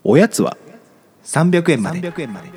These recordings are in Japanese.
おやつは300円まで。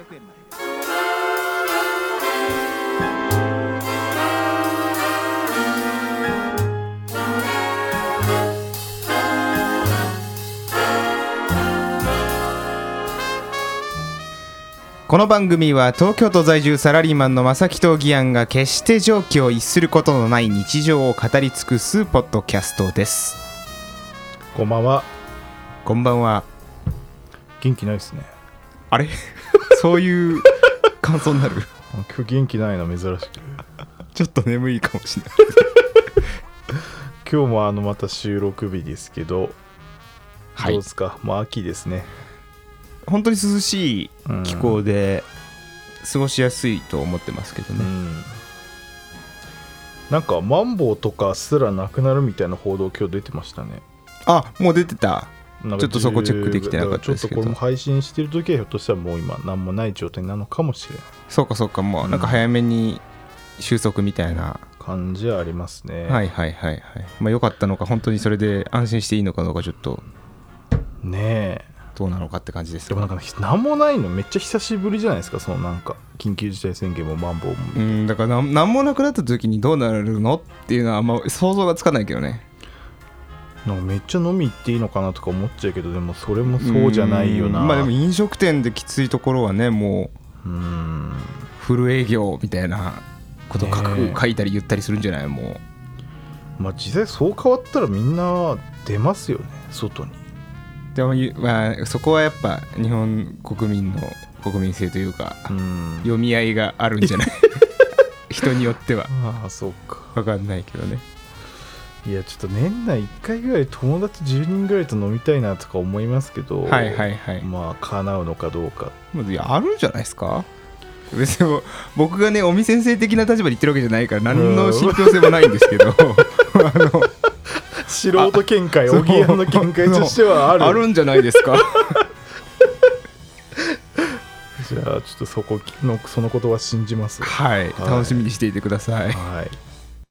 この番組は東京都在住サラリーマンの正木と義安が決して常軌を逸することのない日常を語り尽くすポッドキャストです。 こんばんは。 こんばんは。 元気ないですね。 あれそういう感想になる今日元気ないな、珍しくちょっと眠いかもしれない今日もまた収録日ですけど、 はい、 どうですか。もう秋ですね。 本当に涼しい気候で過ごしやすいと思ってますけどね、 なんかマンボウとかすらなくなるみたいな報道今日出てましたね。 あ、もう出てた。ちょっとそこチェックできてなかったですけど、 ちょっとこれも配信してる時はひょっとしたらもう今何もない状態なのかもしれない。 そうかそうか、もうなんか早めに収束みたいな感じはありますね。 はいはいはいはい。まあ良かったのか、本当にそれで安心していいのかどうかちょっとねえ、 どうなのかって感じです。 でもなんか何もないのめっちゃ久しぶりじゃないですか。そのなんか緊急事態宣言もマンボウもだから何もなくなった時にどうなるのっていうのはあんま想像がつかないけどね。 なんかめっちゃ飲み行っていいのかなとか思っちゃうけど、でもそれもそうじゃないよな。 まあでも飲食店できついところはね、もうフル営業みたいなこと書いたり言ったりするんじゃない。もうまあ実際そう変わったらみんな出ますよね、外に。 でも、まあ、そこはやっぱ日本国民の国民性というか、読み合いがあるんじゃない人によっては。 ああ、そうか。 分かんないけどね。 いやちょっと年内1回ぐらい友達10人ぐらいと飲みたいなとか思いますけど、 はいはいはい、 まあ叶うのかどうか。 いや、あるんじゃないですか。別に僕がね尾身先生的な立場で言ってるわけじゃないから何の信憑性もないんですけど素人見解、おぎやの見解としてはあるんじゃないですかじゃあちょっとそのことは信じます。 はい、楽しみにしていてください。 はい。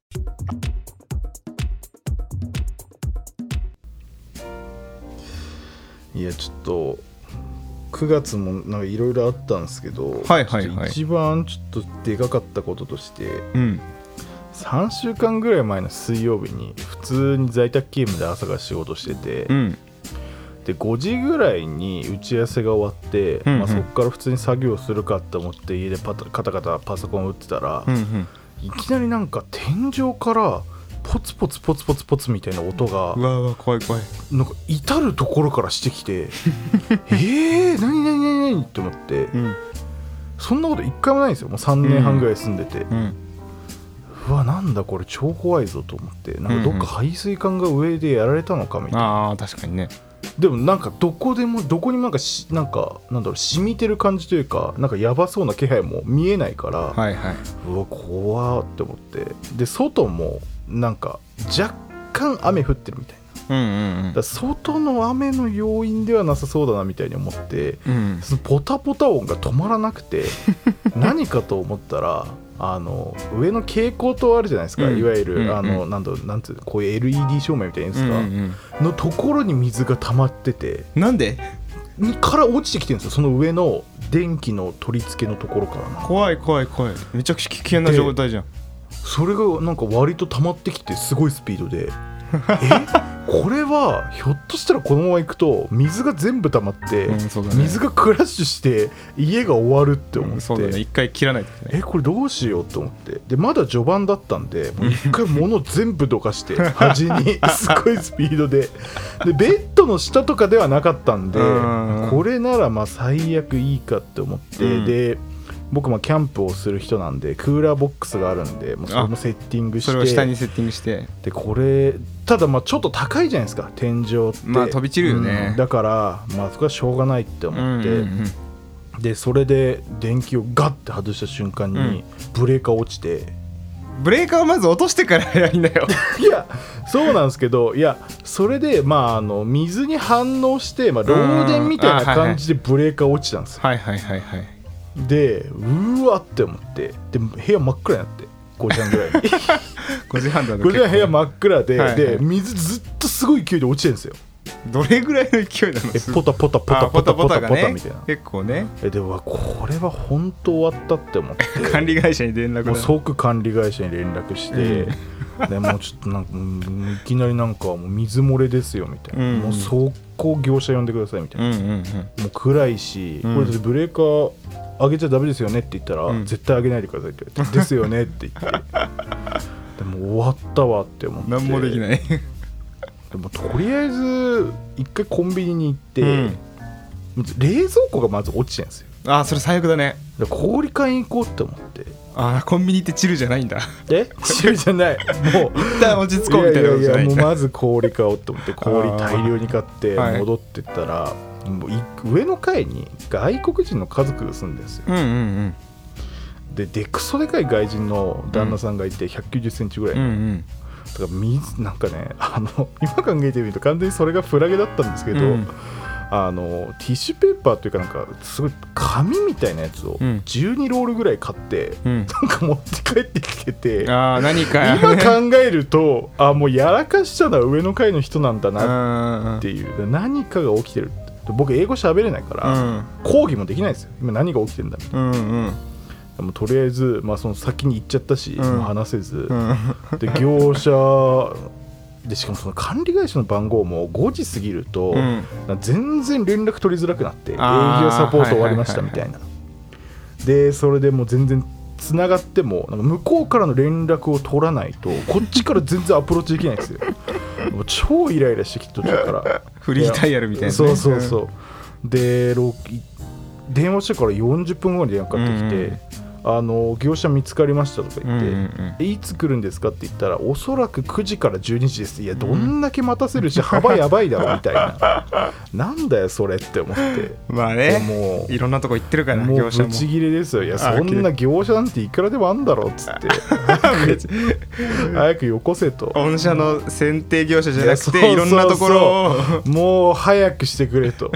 いやちょっと9月もなんかいろいろあったんですけど、 はいはいはい、 一番ちょっとでかかったこととして、3週間ぐらい前の水曜日に普通に在宅勤務で朝から仕事してて、で5時ぐらいに打ち合わせが終わって、まあ、そこから普通に作業するかと思って家でカタカタパソコン打ってたら、いきなりなんか天井からポツポツポツポツポツみたいな音が、 うわ怖い怖い、 なんか至る所からしてきて何って思って、そんなこと一回もないんですよ。もう3年半ぐらい住んでて、うわなんだこれ超怖いぞと思って、なんかどっか排水管が上でやられたのかみたいな。 あ、確かにね。 でもなんかどこにもなんかなんだろう、染みてる感じというか、なんかやばそうな気配も見えないから、 はいはい、 うわ怖って思って、で外もなんか若干雨降ってるみたいな、だから外の雨の要因ではなさそうだなみたいに思って、そのポタポタ音が止まらなくて何かと思ったら上の蛍光灯あるじゃないですか、いわゆるなんていうの、こういう LED 照明みたいなやつか、のところに水が溜まってて、 なんでから落ちてきてるんですよ。その上の電気の取り付けのところからな。 怖い怖い怖い、めちゃくちゃ危険な状態じゃん。 それがなんか割と溜まってきてすごいスピードでこれはひょっとしたらこのままいくと水が全部溜まって、水がクラッシュして家が終わるって思って、 そうだね、一回切らないとね。 これどうしようと思って、でまだ序盤だったんで、もう一回物全部どかして端にすごいスピードでベッドの下とかではなかったんで、これならまあ最悪いいかって思って、で僕もキャンプをする人なんでクーラーボックスがあるんで、もうそれもセッティングして、 それを下にセッティングして、 でこれただまあちょっと高いじゃないですか、天井って。 まあ飛び散るよね、 だからまあそこはしょうがないって思って、でそれで電気をガッて外した瞬間にブレーカー落ちて、 ブレーカーをまず落としてからやりなよいやそうなんですけど、いやそれでまあ水に反応して、まあ、漏電みたいな感じでブレーカー落ちたんですよ。 はいはいはいはい。 でうわって思って、で部屋真っ暗になって5時半ぐらいに 5時半だと 5時半部屋真っ暗で、 はいはい、 で水ずっとすごい勢いで落ちてるんですよ。 どれぐらいの勢いなの？ ポタポタポタポタポタポタみたいな、 結構ね。 でもこれは本当終わったって思って管理会社に連絡だ。 もう即管理会社に連絡して、でもうちょっとなんかいきなりなんかもう水漏れですよみたいな、もう速攻業者呼んでくださいみたいな、もう暗いし、これでブレーカー上げちゃダメですよねって言ったら、絶対上げないでくださいって言われてですよねって言ってでも終わったわって思って、 何もできないでもとりあえず一回コンビニに行って、冷蔵庫がまず落ちてるんですよ。 あ、それ最悪だね。 氷買いに行こうって思って。 コンビニってチルじゃないんだ。 チルじゃない、もう一旦落ち着こうみたいなことじゃないんだ。 もうまず氷買おうと思って氷大量に買って戻ってったら、もう上の階に外国人の家族が住んでるんですよ、でクソでかい外人の旦那さんがいて190センチぐらいの、だから水なんかね、今考えてみると完全にそれがフラゲだったんですけど、ティッシュペーパーというかなんかすごい紙みたいなやつを12ロールぐらい買って、なんか持って帰ってきてて、 何か、 今考えるともうやらかしたのは上の階の人なんだなっていう、何かが起きてるって。僕英語喋れないから、講義もできないですよ、今何が起きてるんだみたいな、でもとりあえず、その先に行っちゃったし、もう話せず、で業者でしかもその管理会社の番号も5時過ぎると、全然連絡取りづらくなって、営業サポート終わりましたみたいな、でそれでもう全然つながってもなんか向こうからの連絡を取らないとこっちから全然アプローチできないんですよもう超イライラしてきて途中からフリーダイヤルみたいな、ね、 そうで電話してから40分後に電話かかってきて、業者見つかりましたとか言って、いつ来るんですかって言ったらおそらく9時から12時です。いやどんだけ待たせるし幅やばいだろみたいななんだよそれって思って、 もういろんなとこ行ってるからもうブチギレですよ。いやそんな業者なんていくらでもあんだろっつって早くよこせと、 御社の選定業者じゃなくていろんなところをもう早くしてくれと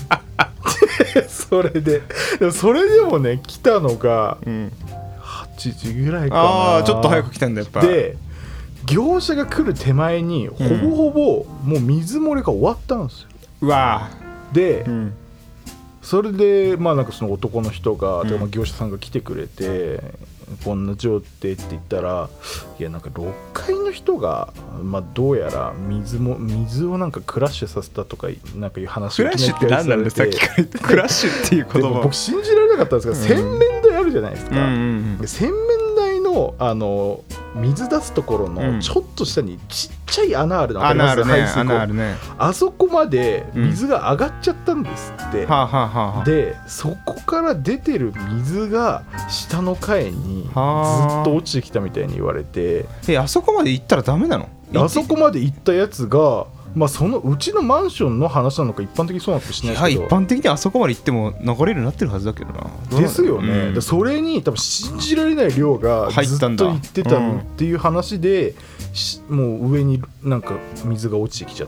それでもね来たのが8時ぐらいかな。 ちょっと早く来たんだやっぱ。 で業者が来る手前にほぼほぼもう水漏れが終わったんですよ。 うわで、それでなんかその男の人が、業者さんが来てくれて、こんな状態って言ったら、いやなんか6階の人が、どうやら水をなんかクラッシュさせたとかなんかいう話を聞いて、クラッシュって何なんださっきから言ってクラッシュっていう言葉僕信じられなかったんですが、洗面台あるじゃないですか、洗面台の水出すところのちょっと下にちっちゃい穴あるの分かります？ 穴あるね。 あそこまで水が上がっちゃったんですって、でそこから出てる水が下の階にずっと落ちてきたみたいに言われて、 あそこまで行ったらダメなの？ あそこまで行ったやつがそのうちのマンションの話なのか一般的にそうなのかしないですけど、 一般的にあそこまで行っても流れるようになってるはずだけどな。 ですよね、それに多分信じられない量がずっと行ってたっていう話で、もう上になんか水が落ちてきちゃって、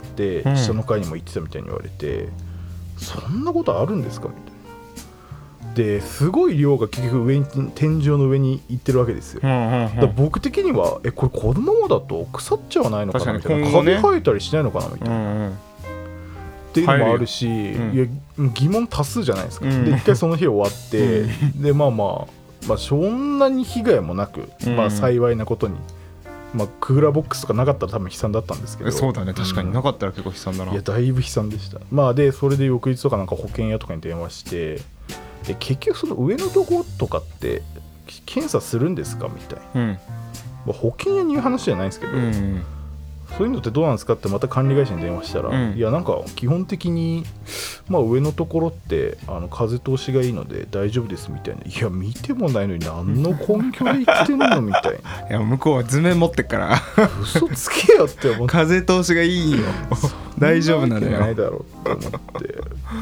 下の階にも行ってたみたいに言われて、そんなことあるんですかみたいな。ですごい量が結局上に天井の上に行ってるわけですよ、だから僕的にはこれこのままだと腐っちゃわないのかなみたいな、カビ生えたりしないのかなみたいな、っていうのもあるし、いや疑問多数じゃないですか、で一回その日終わってでそんなに被害もなく、幸いなことに、クーラーボックスとかなかったら多分悲惨だったんですけど、 そうだね確かになかったら結構悲惨だな。 いやだいぶ悲惨でした。でそれで翌日とかなんか保険屋とかに電話して、で結局その上のとことかって検査するんですかみたいな、保険屋に言う話じゃないんですけど、そういうのってどうなんですかってまた管理会社に電話したら、いやなんか基本的に上のところって風通しがいいので大丈夫ですみたいな。いや見てもないのに何の根拠で言ってんのみたいな。 いや向こうは図面持ってっから嘘つけよって思って、 風通しがいいよ大丈夫なのよ。 ないだろうって思って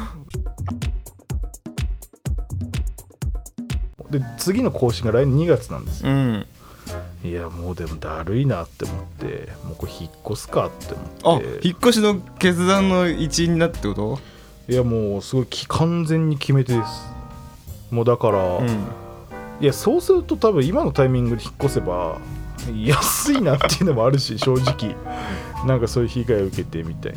で次の更新が来年2月なんですよ、いやもうでもだるいなって思って、もうこれ引っ越すかって思って。 引っ越しの決断の一員になってこと？ いやもうすごい完全に決め手です。もうだから、いやそうすると多分今のタイミングで引っ越せば安いなっていうのもあるし正直なんかそういう被害を受けてみたいな。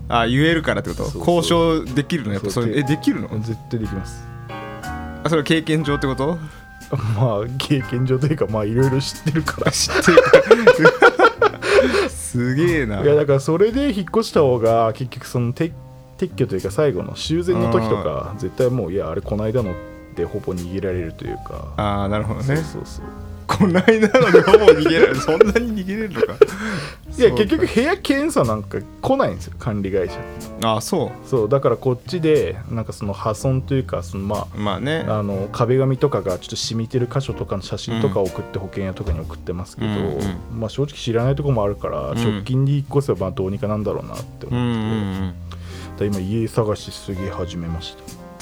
あ言えるからってこと？ そうそう交渉できるの？やっぱそれできるの？ 絶対できます。 あそれは経験上ってこと？ まあ経験上というかまあいろいろ知ってるから知ってるからすげえな。 いやだからそれで引っ越した方が結局その撤去というか最後の修繕の時とか絶対もういやあれこないだのってほぼ逃げられるというか。 ああなるほどね。 そうこないだのでほぼ逃げられるそんなに逃げれるのかいや結局部屋検査なんか来ないんですよ管理会社。 ああそうだからこっちでなんかその破損というかそのまあね壁紙とかがちょっと染みてる箇所とかの写真とか送って保険屋とかに送ってますけど、まあ正直知らないところもあるから直近で引っ越せばどうにかなんだろうなって思って、今家探しすげえ始めました。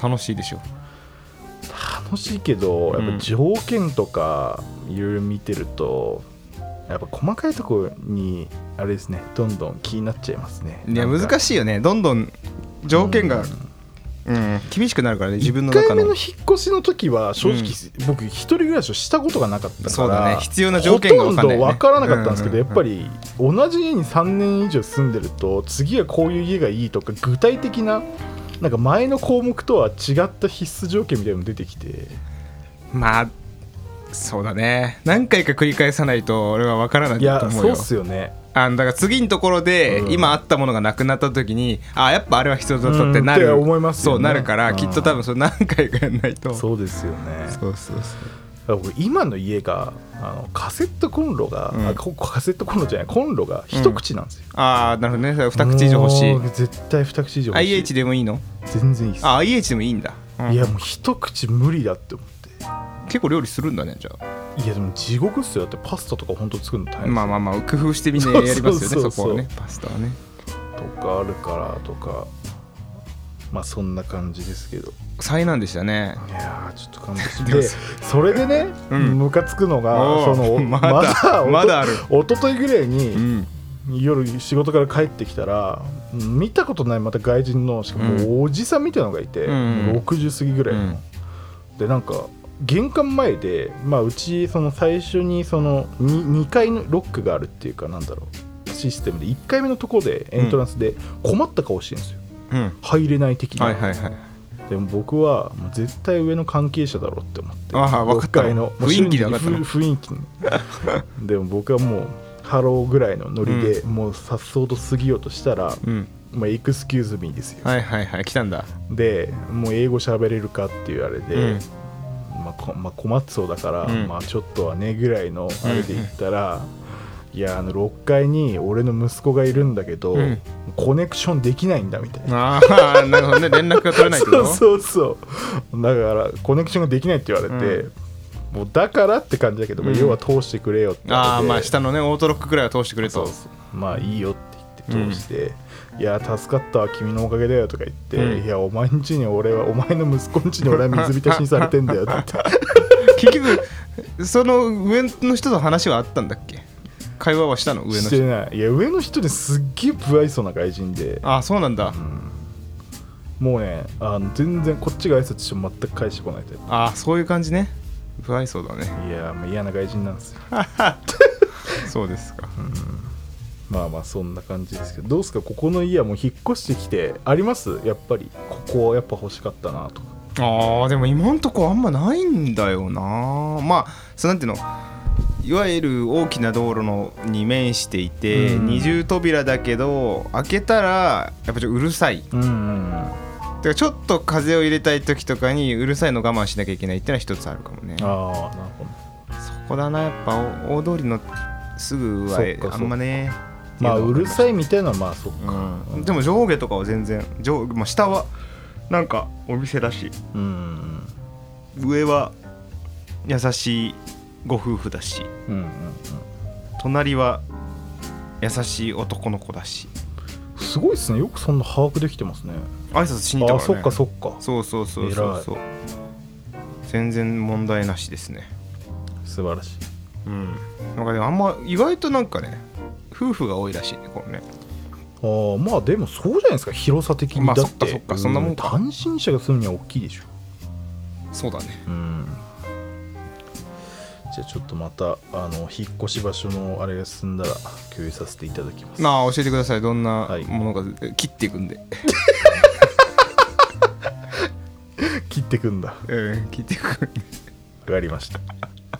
楽しいでしょ？ 楽しいけどやっぱ条件とかいろいろ見てるとやっぱ細かいところにあれですねどんどん気になっちゃいますね。 いや難しいよね。どんどん条件が厳しくなるからね自分の中の。1 回目の引っ越しの時は正直、僕一人暮らしをしたことがなかったからそうだね必要な条件が分かんない、ね、 ほとんど分からなかったんですけど、やっぱり同じ家に3年以上住んでると次はこういう家がいいとか具体的ななんか前の項目とは違った必須条件みたいなの出てきて、 まあそうだね何回か繰り返さないと俺は分からないと思うよ。 いやそうっすよね。 だから次のところで今あったものがなくなった時にやっぱあれは必要だったってなる、 って思いますよね。 そうなるからきっと多分それ何回かやんないと。 そうですよね。 そう僕今の家がカセットコンロが、カセットコンロじゃないコンロが一口なんですよ、 なるほどね。二口以上欲しい。 絶対二口以上欲しい。 IH でもいいの？ 全然いいです。 IH でもいいんだ、 いやもう一口無理だって思って。 結構料理するんだねじゃあ。 いやでも地獄っすよ。だってパスタとか本当作るの大変。 まあ工夫してみんなやりますよね。そこはねパスタはねとかあるからとかまあそんな感じですけど災難でしたね。 いやちょっと感動してでそれでねムカつくのがまだある。 一昨日ぐらいに、夜仕事から帰ってきたら見たことないまた外人のしかもおじさんみたいなのがいて、60過ぎぐらいの、でなんか玄関前で、うちその最初にその 2階のロックがあるっていうかなんだろうシステムで1回目のところでエントランスで困った顔してるんですよ、入れない的な、でも僕はもう絶対上の関係者だろうって思って分かったの雰囲気で分かったの雰囲気でも僕はもうハローぐらいのノリで、もうさっそうと過ぎようとしたら、エクスキューズミーですよ。 来たんだ。 でもう英語喋れるかっていうあれで、困ってそうだから、ちょっとはねぐらいのあれで言ったら、いや6階に俺の息子がいるんだけど、コネクションできないんだみたいな。 なるほどね。連絡が取れないってこと？ そうだからコネクションができないって言われて、もうだからって感じだけど、要は通してくれよって言われて、 下のねオートロックくらいは通してくれと。 いいよって言って通して、いや助かったわ君のおかげだよとか言って、いやお前の家に俺はお前の息子の家に俺は水浸しにされてんだよって言って結局その上の人と話はあったんだっけ？会話はしたの？上の人してない。いや上の人ですっげえ不愛想な外人で。 そうなんだ、 もうね全然こっちが挨拶しても全く返してこないタイプ。 そういう感じね。不愛想だね。 いや嫌な外人なんですよそうですか、 そんな感じですけど、どうですかここの家はもう引っ越してきてあります？やっぱりここやっぱ欲しかったなとか。 でも今んとこあんまないんだよな。なんていうの、いわゆる大きな道路のに面していて、二重扉だけど開けたらやっぱちょっとうるさい、だからちょっと風を入れたい時とかにうるさいの我慢しなきゃいけないっていうのは一つあるかもね。 なるほど。 そこだな。やっぱ大通りのすぐはあんまね。 うるさいみたいなそっか、 でも上下とかは全然下はなんかお店だし、上は優しいご夫婦だし、隣は優しい男の子だし。 すごいっすね。よくそんな把握できてますね。 挨拶しに行ったからね。 そっかそう全然問題なしですね。 素晴らしい。 なんかでもあんま意外となんかね夫婦が多いらしいねこれね。 でもそうじゃないですか広さ的に。だってそっかそんなもんか。 単身者が住むには大きいでしょ。 そうだね。 じじゃあちょっとまた引っ越し場所のあれが進んだら共有させていただきます。 まあ教えてください、どんなものか、切っていくんで切ってくんだ。 切っていくんで。 わかりました。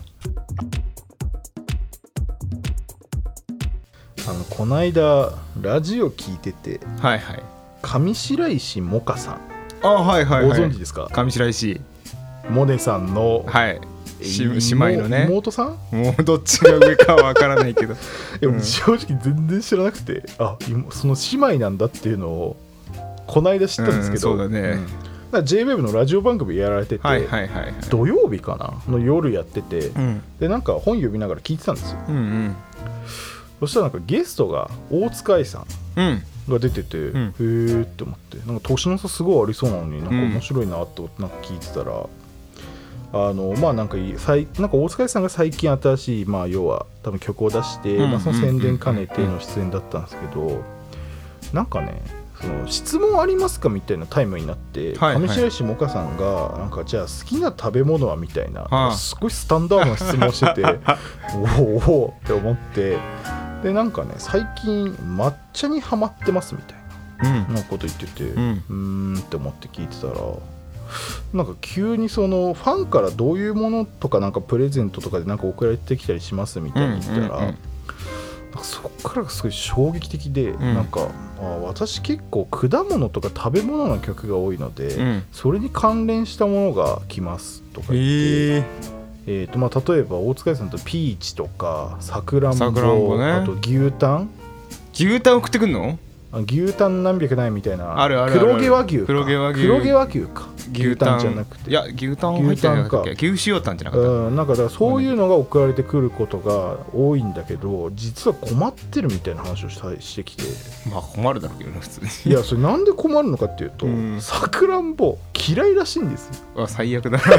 こないだラジオ聞いてて、 はいはい、 上白石萌歌さん、 はいはい、はい、 ご存知ですか？ 上白石萌音さんの、 はい、姉妹のね、 妹さん、 もうどっちが上かはわからないけどでも正直全然知らなくて、その姉妹なんだっていうのをこないだ知ったんですけど、 そうだね、 JWEB のラジオ番組やられてて、 はいはいはいはい、土曜日かなの夜やってて、でなんか本読みながら聞いてたんですよ、そしたらなんかゲストが大塚愛さんが出てて、へーって思って、なんか年の差すごいありそうなのになんか面白いなって思ってなんか聞いてたら、まあなんか大塚愛さんが最近新しい、まあ要は多分曲を出して、その宣伝兼ねての出演だったんですけど、なんかね、その質問ありますかみたいなタイムになって、上白石萌歌さんがなんかじゃあ好きな食べ物はみたいな、すごいスタンダードな質問してておおって思って、でなんかね、最近抹茶にハマってますみたいな、なんかこと言ってて、って思って聞いてたら、なんか急にそのファンからどういうものとかなんかプレゼントとかでなんか送られてきたりしますみたいに言ったら、なんかそこからがすごい衝撃的で、なんか私結構果物とか食べ物の曲が多いので、それに関連したものが来ますとか言って、例えば大塚愛さんとピーチとかさくらんぼ、あと牛タン送ってくんの？ 牛タン何百ないみたいな、 ある黒毛和牛か、 黒毛和牛か、 牛タンじゃなくて、 いや牛タン入ってなかったっけ？牛塩タンじゃなかった？ なんかだからそういうのが送られてくることが多いんだけど、実は困ってるみたいな話をしてきて、 まあ困るだろうけどね普通に。 いやそれなんで困るのかっていうと、さくらんぼ嫌いらしいんですよ。 最悪だ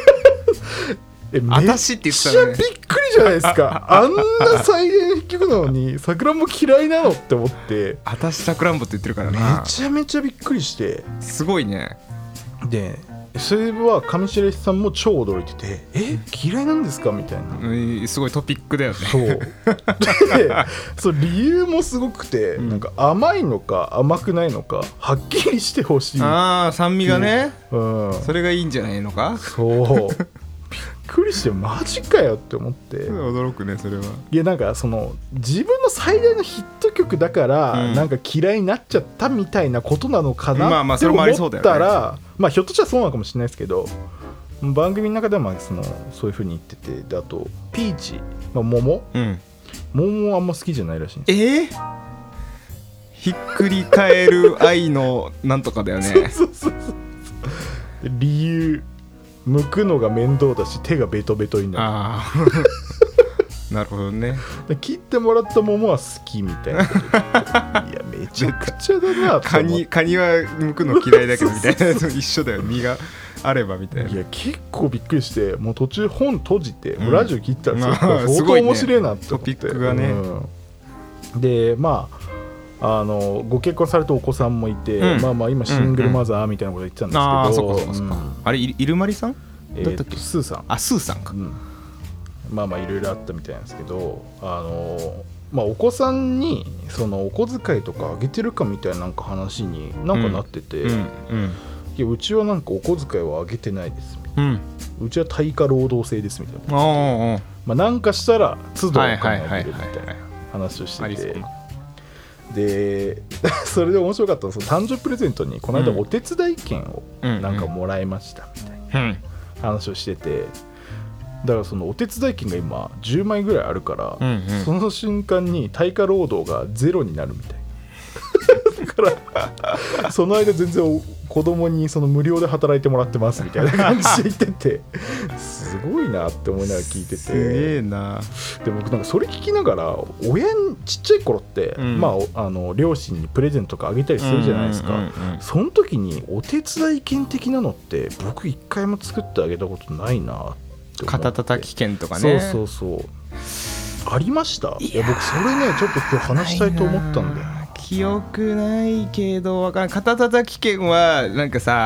私って言ってたね。めっちゃびっくりじゃないですかあんな再現曲なのにさくらんぼ嫌いなのって思って、 私さくらんぼって言ってるからな。 めちゃめちゃびっくりして、 すごいね。 でそれは上白石さんも超驚いてて、嫌いなんですかみたいな、 すごいトピックだよね。 そうでそう理由もすごくて、なんか甘いのか甘くないのかはっきりしてほしい。 酸味がね、それがいいんじゃないのか。 そうびっくりして、マジかよって思って。 驚くねそれは。 いやなんかその自分の最大のヒット曲だから、なんか嫌いになっちゃったみたいなことなのかなって思ったら、まあひょっとしたらそうなのかもしれないですけど、番組の中ではそういう風に言ってて、であとピーチ、桃もあんま好きじゃないらしいんです。 ひっくり返る愛のなんとかだよね。 そう理由、剥くのが面倒だし手がベトベトになる。 なるほどね。 切ってもらった桃は好きみたいな。いやめちゃくちゃだなって思って。 カニは剥くの嫌いだけどみたいな一緒だよ、身があればみたいな。 いや結構びっくりして、もう途中本閉じて、ラジオ切ったら相当面白いなって思って、 トピックがね。 でご結婚されたお子さんもいて、今シングルマザーみたいなこと言ってたんですけど、 あれイルマリさんだったっけ？ スーさん。 スーさんか。 いろいろあったみたいなんですけど、お子さんにそのお小遣いとかあげてるかみたいななんか話になんかなってて、いやうちはなんかお小遣いはあげてないですみたいな、うちは対価労働制ですみたいな、なんかしたら都度お金あげるみたいな話をしてて、でそれで面白かったのは、その誕生日プレゼントにこの間お手伝い券をなんかもらいましたみたいな話をしてて、だからそのお手伝い券が今10枚ぐらいあるから、その瞬間に対価労働がゼロになるみたいな。だからその間全然子供にその無料で働いてもらってますみたいな感じで言ってて、すごいなって思いながら聞いてて、 すげえな。 でも僕なんかそれ聞きながら、ちっちゃい頃って、両親にプレゼントとかあげたりするじゃないですか。その時にお手伝い券的なのって僕一回も作ってあげたことないなって思って。 肩たたき券とかね。 そうありました。いや僕それねちょっと今日話したいと思ったんだよ。 記憶ないけど、肩たたき券はなんかさ、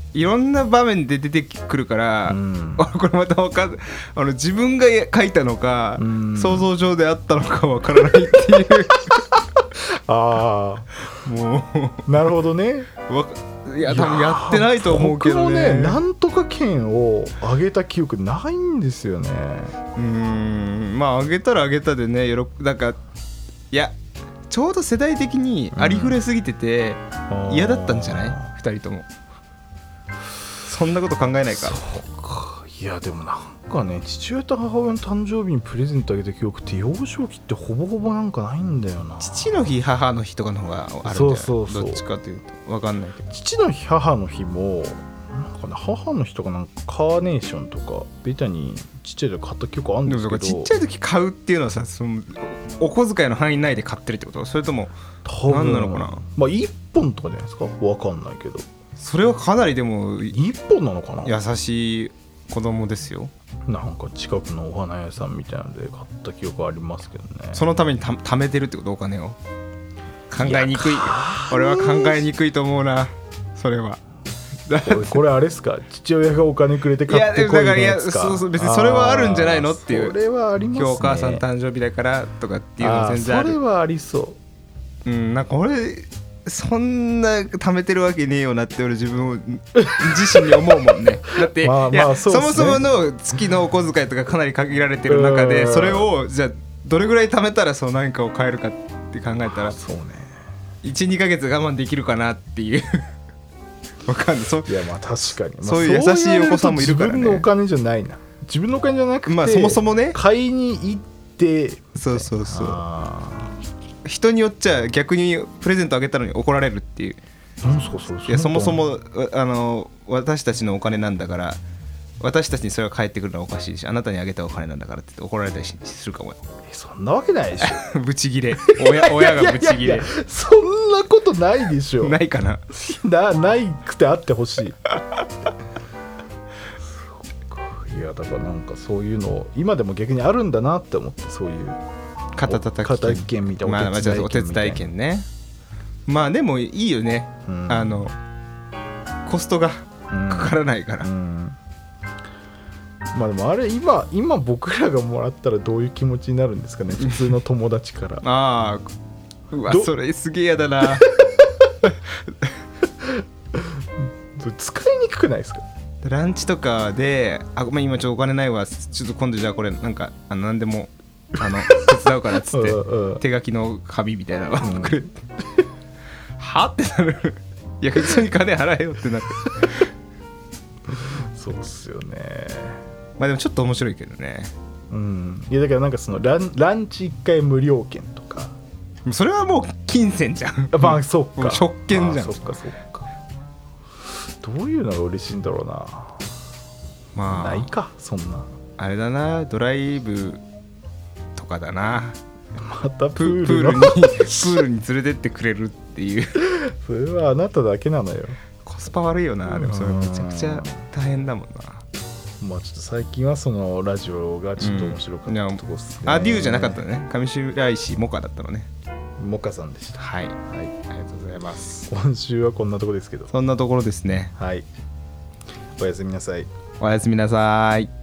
いろんな場面で出てくるから、これまた分かん自分が書いたのか、想像上であったのか分からないっていうああもうなるほどね。 いや多分やってないと思うけどね。 僕もねなんとか券をあげた記憶ないんですよね。 まああげたらあげたでねなんかいやちょうど世代的にありふれすぎてて嫌だったんじゃない2人とも。そんなこと考えないか。 そうか。いやでもなんかね父親と母親の誕生日にプレゼントあげた記憶って幼少期ってほぼほぼなんかないんだよな。 父の日母の日とかの方があるんじゃない？そうどっちかというと分かんないけど父の日母の日もなんかね母の日とかなんかカーネーションとかベタにちっちゃい時買った記憶あるんですけど。 でもちっちゃい時買うっていうのはさそのお小遣いの範囲内で買ってるってこと？それとも何なのかな。 まあ1本とかじゃないですか分かんないけど。 それはかなりでも 1本なのかな。 優しい子供ですよ。なんか近くのお花屋さんみたいなので買った記憶ありますけどね。 そのために貯めてるってこと？お金を考えにくい。俺は考えにくいと思うなそれは。 これあれですか父親がお金くれて買ってこいのやつか。 そう別にそれはあるんじゃないのっていう。 それはありますね。 今日お母さん誕生日だからとかっていうの全然ある。 それはありそう。 なんか俺そんな貯めてるわけねえよなって俺自身に思うもんね。だって、そもそもの月のお小遣いとかかなり限られてる中でそれをじゃあどれぐらい貯めたらそう何かを買えるかって考えたらそうね 1,2 ヶ月我慢できるかなっていうわかんない。 いやまあ確かに、 そういう優しいお子さんもいるからね。 自分のお金じゃないな。自分のお金じゃなくて、 まあそもそもね買いに行ってそう人によっちゃ逆にプレゼントあげたのに怒られるっていう。 なんすかそれ。 いやそもそも私たちのお金なんだから私たちにそれが返ってくるのはおかしいしあなたにあげたお金なんだからって言って怒られたりするかもよ。 そんなわけないでしょ。 ブチギレ親がブチギレ。 いやそんなことないでしょ。 ないかな。 ないくてあってほしい。いやだからなんかそういうの今でも逆にあるんだなって思って、そういう肩たたき券みたいなお手伝い券ね。まあでもいいよね、コストがかからないから、まあでもあれ今僕らがもらったらどういう気持ちになるんですかね普通の友達から。 ああうわそれすげえやだな。 使いにくくないですか。 ランチとかでごめん今ちょっとお金ないわちょっと今度じゃあこれなんか何でも手伝うからっつって手書きの紙みたいなのくれはってなる。いや普通に金払えよってなってそうっすよね。 まあでもちょっと面白いけどね。 いやだからなんかそのランチ1回無料券とかそれはもう金銭じゃん。 まあそっか食券じゃん。 そっかどういうのが嬉しいんだろうな。まあないかそんな。 あれだなドライブとかだな。 またプールに連れてってくれるっていうそれはあなただけなのよ。 コスパ悪いよな。でもそれめちゃくちゃ大変だもんな。 まあちょっと最近はそのラジオがちょっと面白かったとこっすね。 デューじゃなかったね。上白石モカだったのね。 モカさんでした。 はい、ありがとうございます。 今週はこんなとこですけど。 そんなところですね。 はい。おやすみなさい。 おやすみなさい。